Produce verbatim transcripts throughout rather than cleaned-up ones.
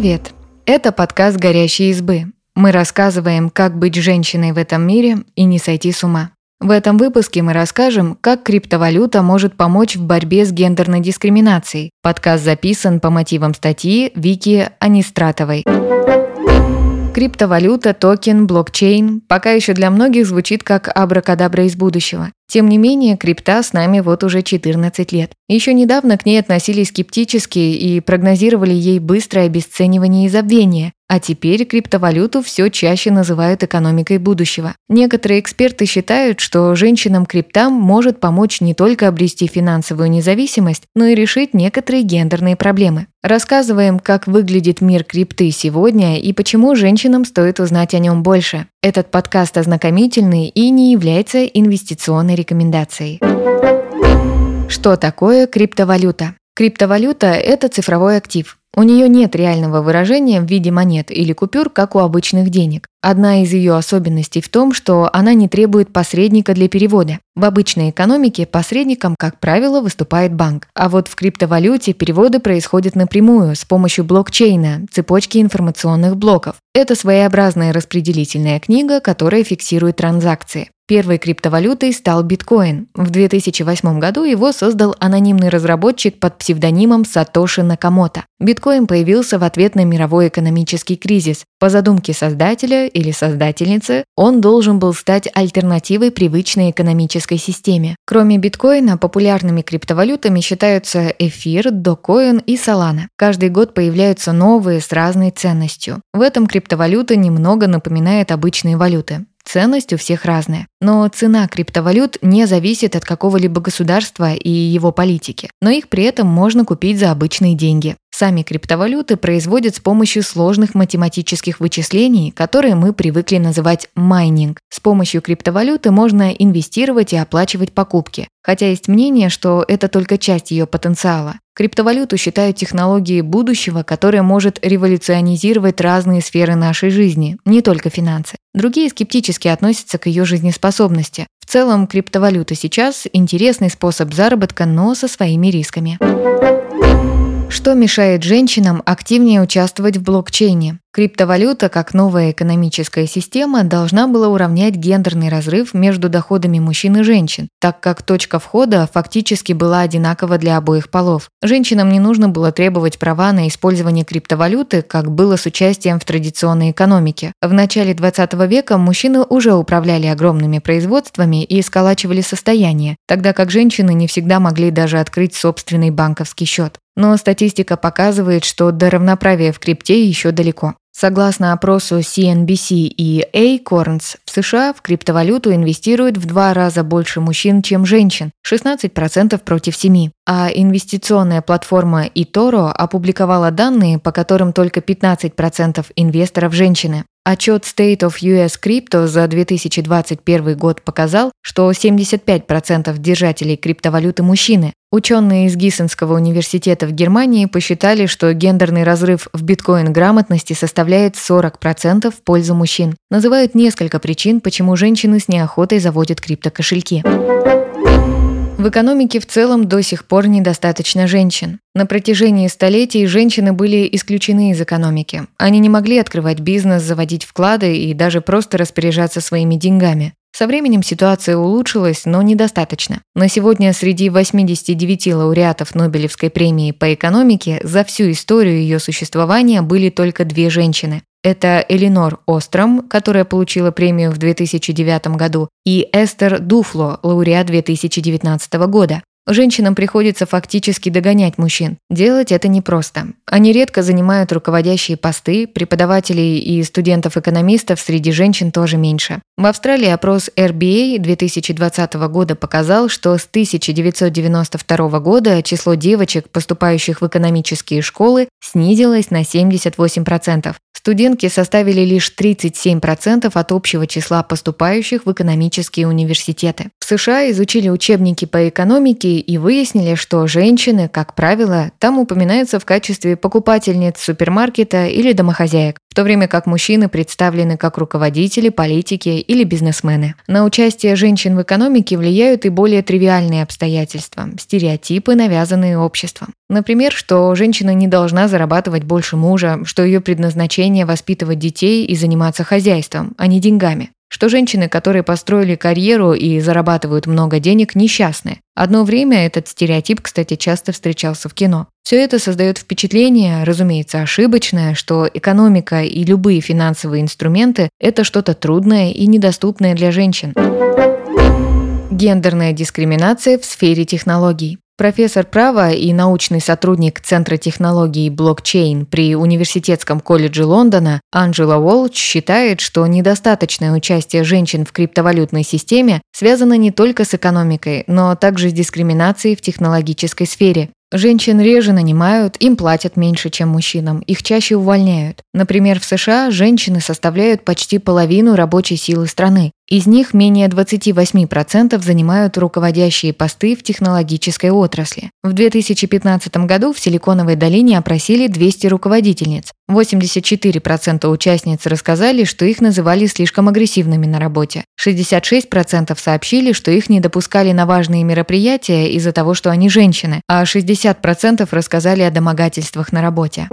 Привет! Это подкаст «Горящие избы». Мы рассказываем, как быть женщиной в этом мире и не сойти с ума. В этом выпуске мы расскажем, как криптовалюта может помочь в борьбе с гендерной дискриминацией. Подкаст записан по мотивам статьи Вики Анистратовой. Криптовалюта, токен, блокчейн пока еще для многих звучит как абракадабра из будущего. Тем не менее, крипта с нами вот уже четырнадцать лет. Еще недавно к ней относились скептически и прогнозировали ей быстрое обесценивание и забвение. А теперь криптовалюту все чаще называют экономикой будущего. Некоторые эксперты считают, что женщинам-криптам может помочь не только обрести финансовую независимость, но и решить некоторые гендерные проблемы. Рассказываем, как выглядит мир крипты сегодня и почему женщинам стоит узнать о нем больше. Этот подкаст ознакомительный и не является инвестиционной рекомендацией. Что такое криптовалюта? Криптовалюта – это цифровой актив. У нее нет реального выражения в виде монет или купюр, как у обычных денег. Одна из ее особенностей в том, что она не требует посредника для перевода. В обычной экономике посредником, как правило, выступает банк. А вот в криптовалюте переводы происходят напрямую с помощью блокчейна, цепочки информационных блоков. Это своеобразная распределительная книга, которая фиксирует транзакции. Первой криптовалютой стал биткоин. В две тысячи восьмом году его создал анонимный разработчик под псевдонимом Сатоши Накамото. Биткоин появился в ответ на мировой экономический кризис. По задумке создателя или создательницы, он должен был стать альтернативой привычной экономической системе. Кроме биткоина, популярными криптовалютами считаются эфир, докоин и солана. Каждый год появляются новые с разной ценностью. В этом криптовалюта немного напоминает обычные валюты. Ценность у всех разная. Но цена криптовалют не зависит от какого-либо государства и его политики, но их при этом можно купить за обычные деньги. Сами криптовалюты производят с помощью сложных математических вычислений, которые мы привыкли называть майнинг. С помощью криптовалюты можно инвестировать и оплачивать покупки, хотя есть мнение, что это только часть ее потенциала. Криптовалюту считают технологией будущего, которая может революционизировать разные сферы нашей жизни, не только финансы. Другие скептически относятся к ее жизнеспособности. В целом, криптовалюта сейчас – интересный способ заработка, но со своими рисками. Что мешает женщинам активнее участвовать в блокчейне? Криптовалюта, как новая экономическая система, должна была уравнять гендерный разрыв между доходами мужчин и женщин, так как точка входа фактически была одинакова для обоих полов. Женщинам не нужно было требовать права на использование криптовалюты, как было с участием в традиционной экономике. В начале двадцатого века мужчины уже управляли огромными производствами и сколачивали состояние, тогда как женщины не всегда могли даже открыть собственный банковский счет. Но статистика показывает, что до равноправия в крипте еще далеко. Согласно опросу си эн би си и Acorns, в США в криптовалюту инвестируют в два раза больше мужчин, чем женщин, шестнадцать процентов против семи процентов. А инвестиционная платформа eToro опубликовала данные, по которым только пятнадцать процентов инвесторов женщины. Отчет State of ю эс Crypto за две тысячи двадцать первый год показал, что семьдесят пять процентов держателей криптовалюты мужчины. Ученые из Гиссенского университета в Германии посчитали, что гендерный разрыв в биткоин-грамотности составляет сорок процентов в пользу мужчин. Называют несколько причин, почему женщины с неохотой заводят криптокошельки. В экономике в целом до сих пор недостаточно женщин. На протяжении столетий женщины были исключены из экономики. Они не могли открывать бизнес, заводить вклады и даже просто распоряжаться своими деньгами. Со временем ситуация улучшилась, но недостаточно. На сегодня среди восьмидесяти девяти лауреатов Нобелевской премии по экономике за всю историю ее существования были только две женщины. Это Элинор Остром, которая получила премию в две тысячи девятом году, и Эстер Дуфло, лауреат две тысячи девятнадцатого года. Женщинам приходится фактически догонять мужчин. Делать это непросто. Они редко занимают руководящие посты, преподавателей и студентов-экономистов среди женщин тоже меньше. В Австралии опрос эр би эй две тысячи двадцатого года показал, что с тысяча девятьсот девяносто второго года число девочек, поступающих в экономические школы, снизилось на семьдесят восемь процентов. Студентки составили лишь тридцать семь процентов от общего числа поступающих в экономические университеты. В США изучили учебники по экономике и выяснили, что женщины, как правило, там упоминаются в качестве покупательниц супермаркета или домохозяек. в то время как мужчины представлены как руководители, политики или бизнесмены. На участие женщин в экономике влияют и более тривиальные обстоятельства – стереотипы, навязанные обществом. Например, что женщина не должна зарабатывать больше мужа, что ее предназначение – воспитывать детей и заниматься хозяйством, а не деньгами. Что женщины, которые построили карьеру и зарабатывают много денег, несчастны. Одно время этот стереотип, кстати, часто встречался в кино. Все это создает впечатление, разумеется, ошибочное, что экономика и любые финансовые инструменты – это что-то трудное и недоступное для женщин. Гендерная дискриминация в сфере технологий. Профессор права и научный сотрудник Центра технологий блокчейн при Университетском колледже Лондона Анджела Уолч считает, что недостаточное участие женщин в криптовалютной системе связано не только с экономикой, но также с дискриминацией в технологической сфере. Женщин реже нанимают, им платят меньше, чем мужчинам, их чаще увольняют. Например, в США женщины составляют почти половину рабочей силы страны. Из них менее двадцать восемь процентов занимают руководящие посты в технологической отрасли. В две тысячи пятнадцатом году в Силиконовой долине опросили двести руководительниц. восемьдесят четыре процента участниц рассказали, что их называли слишком агрессивными на работе. шестьдесят шесть процентов сообщили, что их не допускали на важные мероприятия из-за того, что они женщины, а шестьдесят процентов рассказали о домогательствах на работе.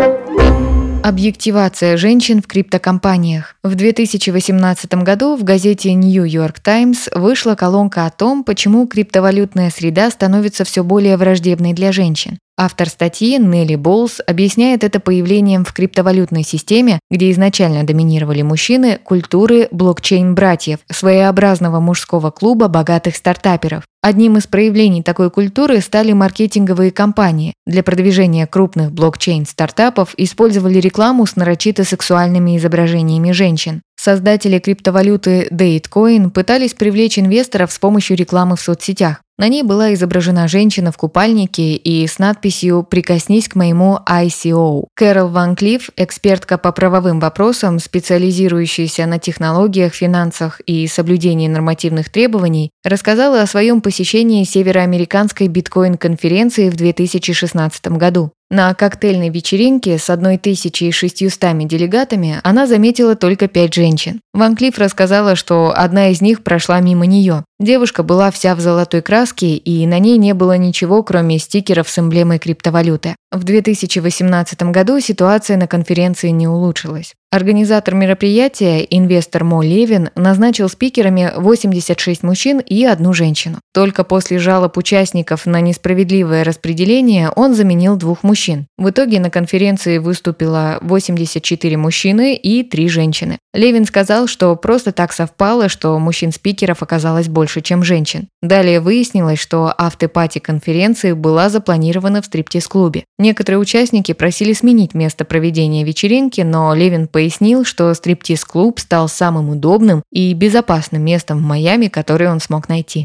Объективация женщин в криптокомпаниях. В две тысячи восемнадцатом году в газете New York Times вышла колонка о том, почему криптовалютная среда становится все более враждебной для женщин. Автор статьи Нелли Болс объясняет это появлением в криптовалютной системе, где изначально доминировали мужчины, культуры блокчейн-братьев, своеобразного мужского клуба богатых стартаперов. Одним из проявлений такой культуры стали маркетинговые кампании. Для продвижения крупных блокчейн-стартапов использовали рекламу с нарочито сексуальными изображениями женщин. Создатели криптовалюты Datecoin пытались привлечь инвесторов с помощью рекламы в соцсетях. На ней была изображена женщина в купальнике и с надписью «Прикоснись к моему ай си о». Кэрол Ван Клифф, экспертка по правовым вопросам, специализирующаяся на технологиях, финансах и соблюдении нормативных требований, рассказала о своем посещении североамериканской биткоин-конференции в две тысячи шестнадцатом году. На коктейльной вечеринке с тысячей шестьюстами делегатами она заметила только пять женщин. Ван Клифф рассказала, что одна из них прошла мимо нее. Девушка была вся в золотой краске, и на ней не было ничего, кроме стикеров с эмблемой криптовалюты. В две тысячи восемнадцатом году ситуация на конференции не улучшилась. Организатор мероприятия, инвестор Мо Левин, назначил спикерами восемьдесят шесть мужчин и одну женщину. Только после жалоб участников на несправедливое распределение он заменил двух мужчин. В итоге на конференции выступило восемьдесят четыре мужчины и три женщины. Левин сказал, что просто так совпало, что мужчин-спикеров оказалось больше, чем женщин. Далее выяснилось, что афтер-пати конференции была запланирована в стриптиз-клубе. Некоторые участники просили сменить место проведения вечеринки, но Левин пояснил, что стриптиз-клуб стал самым удобным и безопасным местом в Майами, которое он смог найти.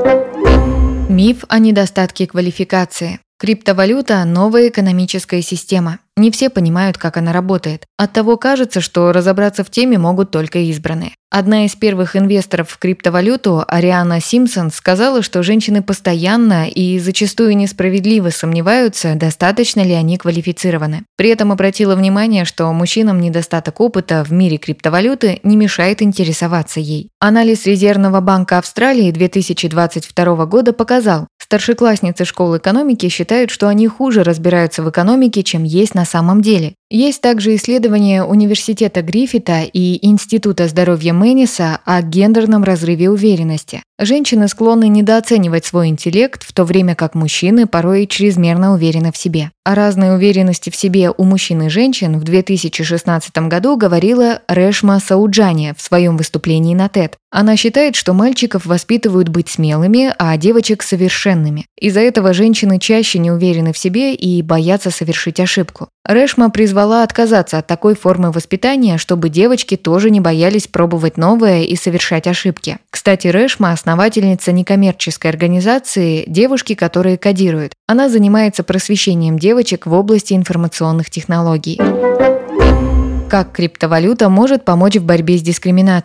Миф о недостатке квалификации. Криптовалюта – новая экономическая система. Не все понимают, как она работает. Оттого кажется, что разобраться в теме могут только избранные. Одна из первых инвесторов в криптовалюту, Ариана Симпсон, сказала, что женщины постоянно и зачастую несправедливо сомневаются, достаточно ли они квалифицированы. При этом обратила внимание, что мужчинам недостаток опыта в мире криптовалюты не мешает интересоваться ей. Анализ Резервного банка Австралии две тысячи двадцать второго года показал, старшеклассницы школ экономики считают, что они хуже разбираются в экономике, чем есть на самом деле. Есть также исследования Университета Гриффита и Института здоровья Мэниса о гендерном разрыве уверенности. Женщины склонны недооценивать свой интеллект, в то время как мужчины порой чрезмерно уверены в себе. О разной уверенности в себе у мужчин и женщин в две тысячи шестнадцатом году говорила Рэшма Сауджани в своем выступлении на тед. Она считает, что мальчиков воспитывают быть смелыми, а девочек – совершенными. Из-за этого женщины чаще не уверены в себе и боятся совершить ошибку. Рэшма призвала отказаться от такой формы воспитания, чтобы девочки тоже не боялись пробовать новое и совершать ошибки. Кстати, Рэшма – основательница некоммерческой организации «Девушки, которые кодируют». Она занимается просвещением девочек в области информационных технологий. Как криптовалюта может помочь в борьбе с дискриминацией?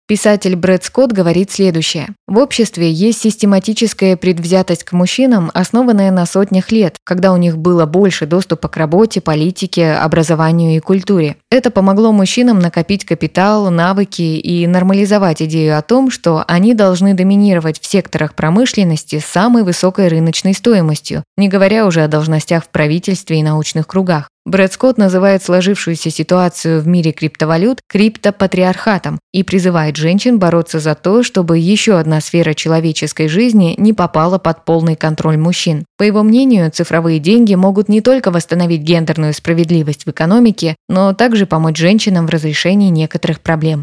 Писатель Брэд Скотт говорит следующее. В обществе есть систематическая предвзятость к мужчинам, основанная на сотнях лет, когда у них было больше доступа к работе, политике, образованию и культуре. Это помогло мужчинам накопить капитал, навыки и нормализовать идею о том, что они должны доминировать в секторах промышленности с самой высокой рыночной стоимостью, не говоря уже о должностях в правительстве и научных кругах. Брэд Скотт называет сложившуюся ситуацию в мире криптовалют криптопатриархатом и призывает женщин бороться за то, чтобы еще одна сфера человеческой жизни не попала под полный контроль мужчин. По его мнению, цифровые деньги могут не только восстановить гендерную справедливость в экономике, но также помочь женщинам в разрешении некоторых проблем.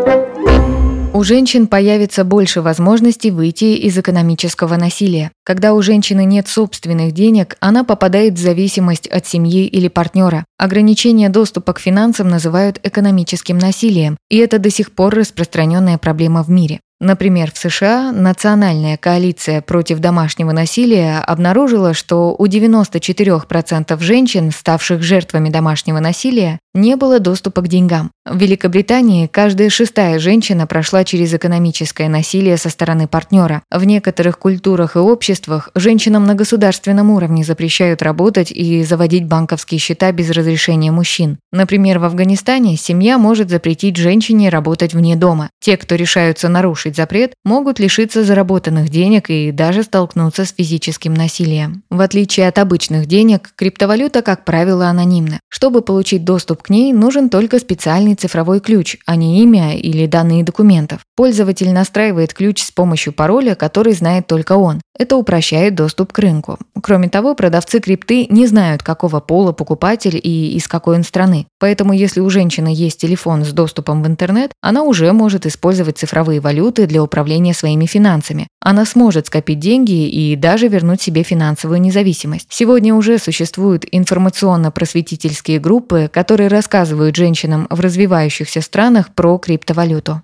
У женщин появится больше возможностей выйти из экономического насилия. Когда у женщины нет собственных денег, она попадает в зависимость от семьи или партнера. Ограничение доступа к финансам называют экономическим насилием, и это до сих пор распространенная проблема в мире. Например, в США Национальная коалиция против домашнего насилия обнаружила, что у девяноста четырёх процентов женщин, ставших жертвами домашнего насилия, не было доступа к деньгам. В Великобритании каждая шестая женщина прошла через экономическое насилие со стороны партнера. В некоторых культурах и обществах женщинам на государственном уровне запрещают работать и заводить банковские счета без разрешения мужчин. Например, в Афганистане семья может запретить женщине работать вне дома. Те, кто решаются нарушить запрет, могут лишиться заработанных денег и даже столкнуться с физическим насилием. В отличие от обычных денег, криптовалюта, как правило, анонимна. Чтобы получить доступ к ней, нужен только специальный цифровой ключ, а не имя или данные документов. Пользователь настраивает ключ с помощью пароля, который знает только он. Это упрощает доступ к рынку. Кроме того, продавцы крипты не знают, какого пола покупатель и из какой он страны. Поэтому, если у женщины есть телефон с доступом в интернет, она уже может использовать цифровые валюты для управления своими финансами. Она сможет скопить деньги и даже вернуть себе финансовую независимость. Сегодня уже существуют информационно-просветительские группы, которые рассказывают женщинам в развивающихся странах про криптовалюту.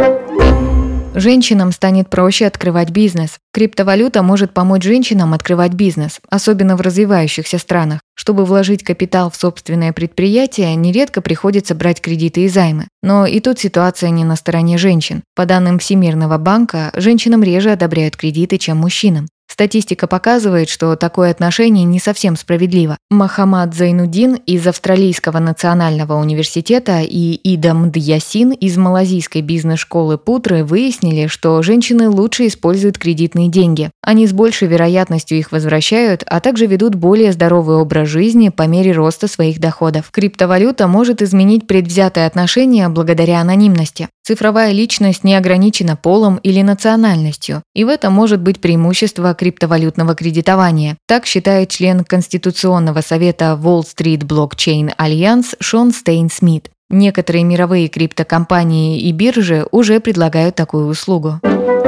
Женщинам станет проще открывать бизнес. Криптовалюта может помочь женщинам открывать бизнес, особенно в развивающихся странах. Чтобы вложить капитал в собственное предприятие, нередко приходится брать кредиты и займы. Но и тут ситуация не на стороне женщин. По данным Всемирного банка, женщинам реже одобряют кредиты, чем мужчинам. Статистика показывает, что такое отношение не совсем справедливо. Мохаммад Зайнуддин из Австралийского национального университета и Идам Дьясин из малазийской бизнес-школы Путры выяснили, что женщины лучше используют кредитные деньги. Они с большей вероятностью их возвращают, а также ведут более здоровый образ жизни по мере роста своих доходов. Криптовалюта может изменить предвзятое отношение благодаря анонимности. Цифровая личность не ограничена полом или национальностью, и в этом может быть преимущество криптовалютного кредитования. Так считает член Конституционного совета Wall Street Blockchain Alliance Шон Стейн-Смит. Некоторые мировые криптокомпании и биржи уже предлагают такую услугу.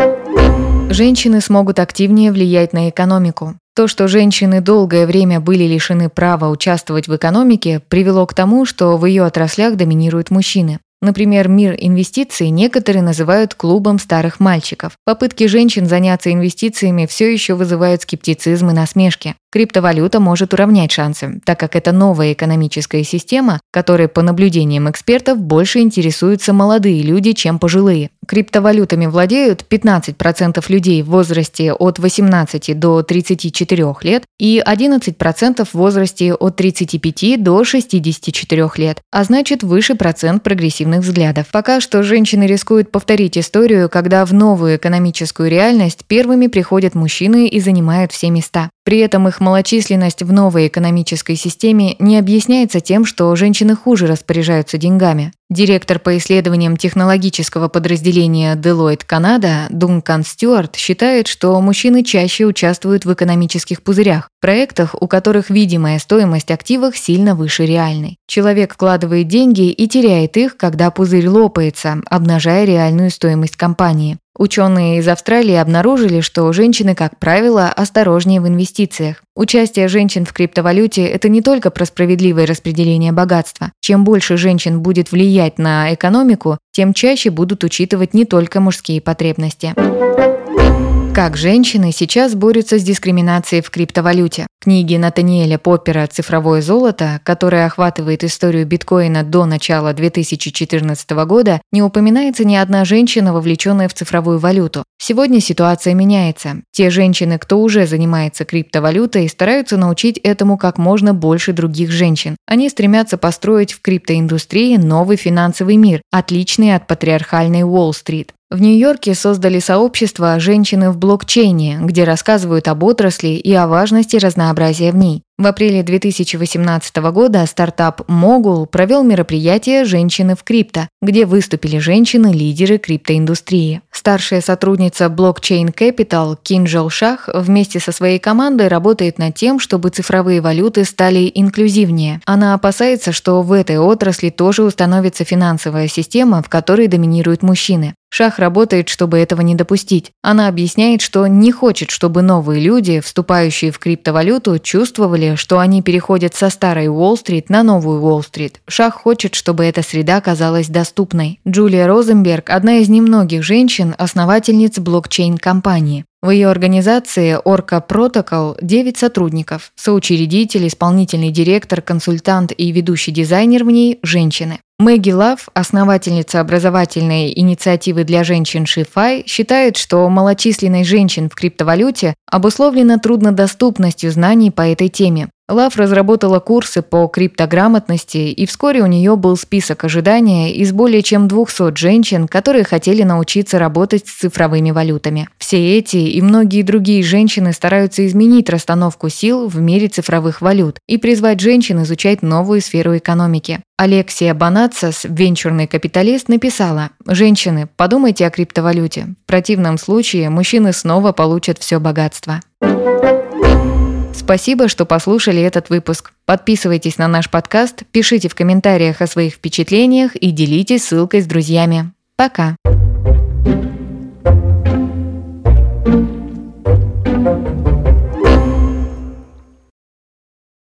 Женщины смогут активнее влиять на экономику. То, что женщины долгое время были лишены права участвовать в экономике, привело к тому, что в ее отраслях доминируют мужчины. Например, мир инвестиций некоторые называют клубом старых мальчиков. Попытки женщин заняться инвестициями все еще вызывают скептицизм и насмешки. Криптовалюта может уравнять шансы, так как это новая экономическая система, которой, по наблюдениям экспертов, больше интересуются молодые люди, чем пожилые. Криптовалютами владеют пятнадцать процентов людей в возрасте от восемнадцати до тридцати четырёх лет и одиннадцать процентов в возрасте от тридцати пяти до шестидесяти четырёх лет, а значит выше процент прогрессивных взглядов. Пока что женщины рискуют повторить историю, когда в новую экономическую реальность первыми приходят мужчины и занимают все места. При этом их малочисленность в новой экономической системе не объясняется тем, что женщины хуже распоряжаются деньгами. Директор по исследованиям технологического подразделения Deloitte Canada Дункан Стюарт считает, что мужчины чаще участвуют в экономических пузырях, проектах, у которых видимая стоимость активов сильно выше реальной. Человек вкладывает деньги и теряет их, когда пузырь лопается, обнажая реальную стоимость компании. Ученые из Австралии обнаружили, что женщины, как правило, осторожнее в инвестициях. Участие женщин в криптовалюте – это не только про справедливое распределение богатства. Чем больше женщин будет влиять на экономику, тем чаще будут учитывать не только мужские потребности. Как женщины сейчас борются с дискриминацией в криптовалюте. В книге Натаниэля Поппера «Цифровое золото», которая охватывает историю биткоина до начала две тысячи четырнадцатого года, не упоминается ни одна женщина, вовлеченная в цифровую валюту. Сегодня ситуация меняется. Те женщины, кто уже занимается криптовалютой, стараются научить этому как можно больше других женщин. Они стремятся построить в криптоиндустрии новый финансовый мир, отличный от патриархальной Уолл-стрит. В Нью-Йорке создали сообщество «Женщины в блокчейне», где рассказывают об отрасли и о важности разнообразия в ней. В апреле две тысячи восемнадцатого года стартап Mogul провел мероприятие «Женщины в крипто», где выступили женщины-лидеры криптоиндустрии. Старшая сотрудница Blockchain Capital Кинджал Шах вместе со своей командой работает над тем, чтобы цифровые валюты стали инклюзивнее. Она опасается, что в этой отрасли тоже установится финансовая система, в которой доминируют мужчины. Шах работает, чтобы этого не допустить. Она объясняет, что не хочет, чтобы новые люди, вступающие в криптовалюту, чувствовали, что они переходят со старой Уолл-стрит на новую Уолл-стрит. Шах хочет, чтобы эта среда казалась доступной. Джулия Розенберг – одна из немногих женщин, основательниц блокчейн-компании. В ее организации Orca Protocol девять сотрудников, соучредитель, исполнительный директор, консультант и ведущий дизайнер в ней – женщины. Мэгги Лав, основательница образовательной инициативы для женщин Шифай, считает, что малочисленность женщин в криптовалюте обусловлена труднодоступностью знаний по этой теме. Лав разработала курсы по криптограмотности, и вскоре у нее был список ожидания из более чем двухсот женщин, которые хотели научиться работать с цифровыми валютами. Все эти и многие другие женщины стараются изменить расстановку сил в мире цифровых валют и призвать женщин изучать новую сферу экономики. Алексия Банацас, венчурный капиталист, написала: «Женщины, подумайте о криптовалюте. В противном случае мужчины снова получат все богатство». Спасибо, что послушали этот выпуск. Подписывайтесь на наш подкаст, пишите в комментариях о своих впечатлениях и делитесь ссылкой с друзьями. Пока!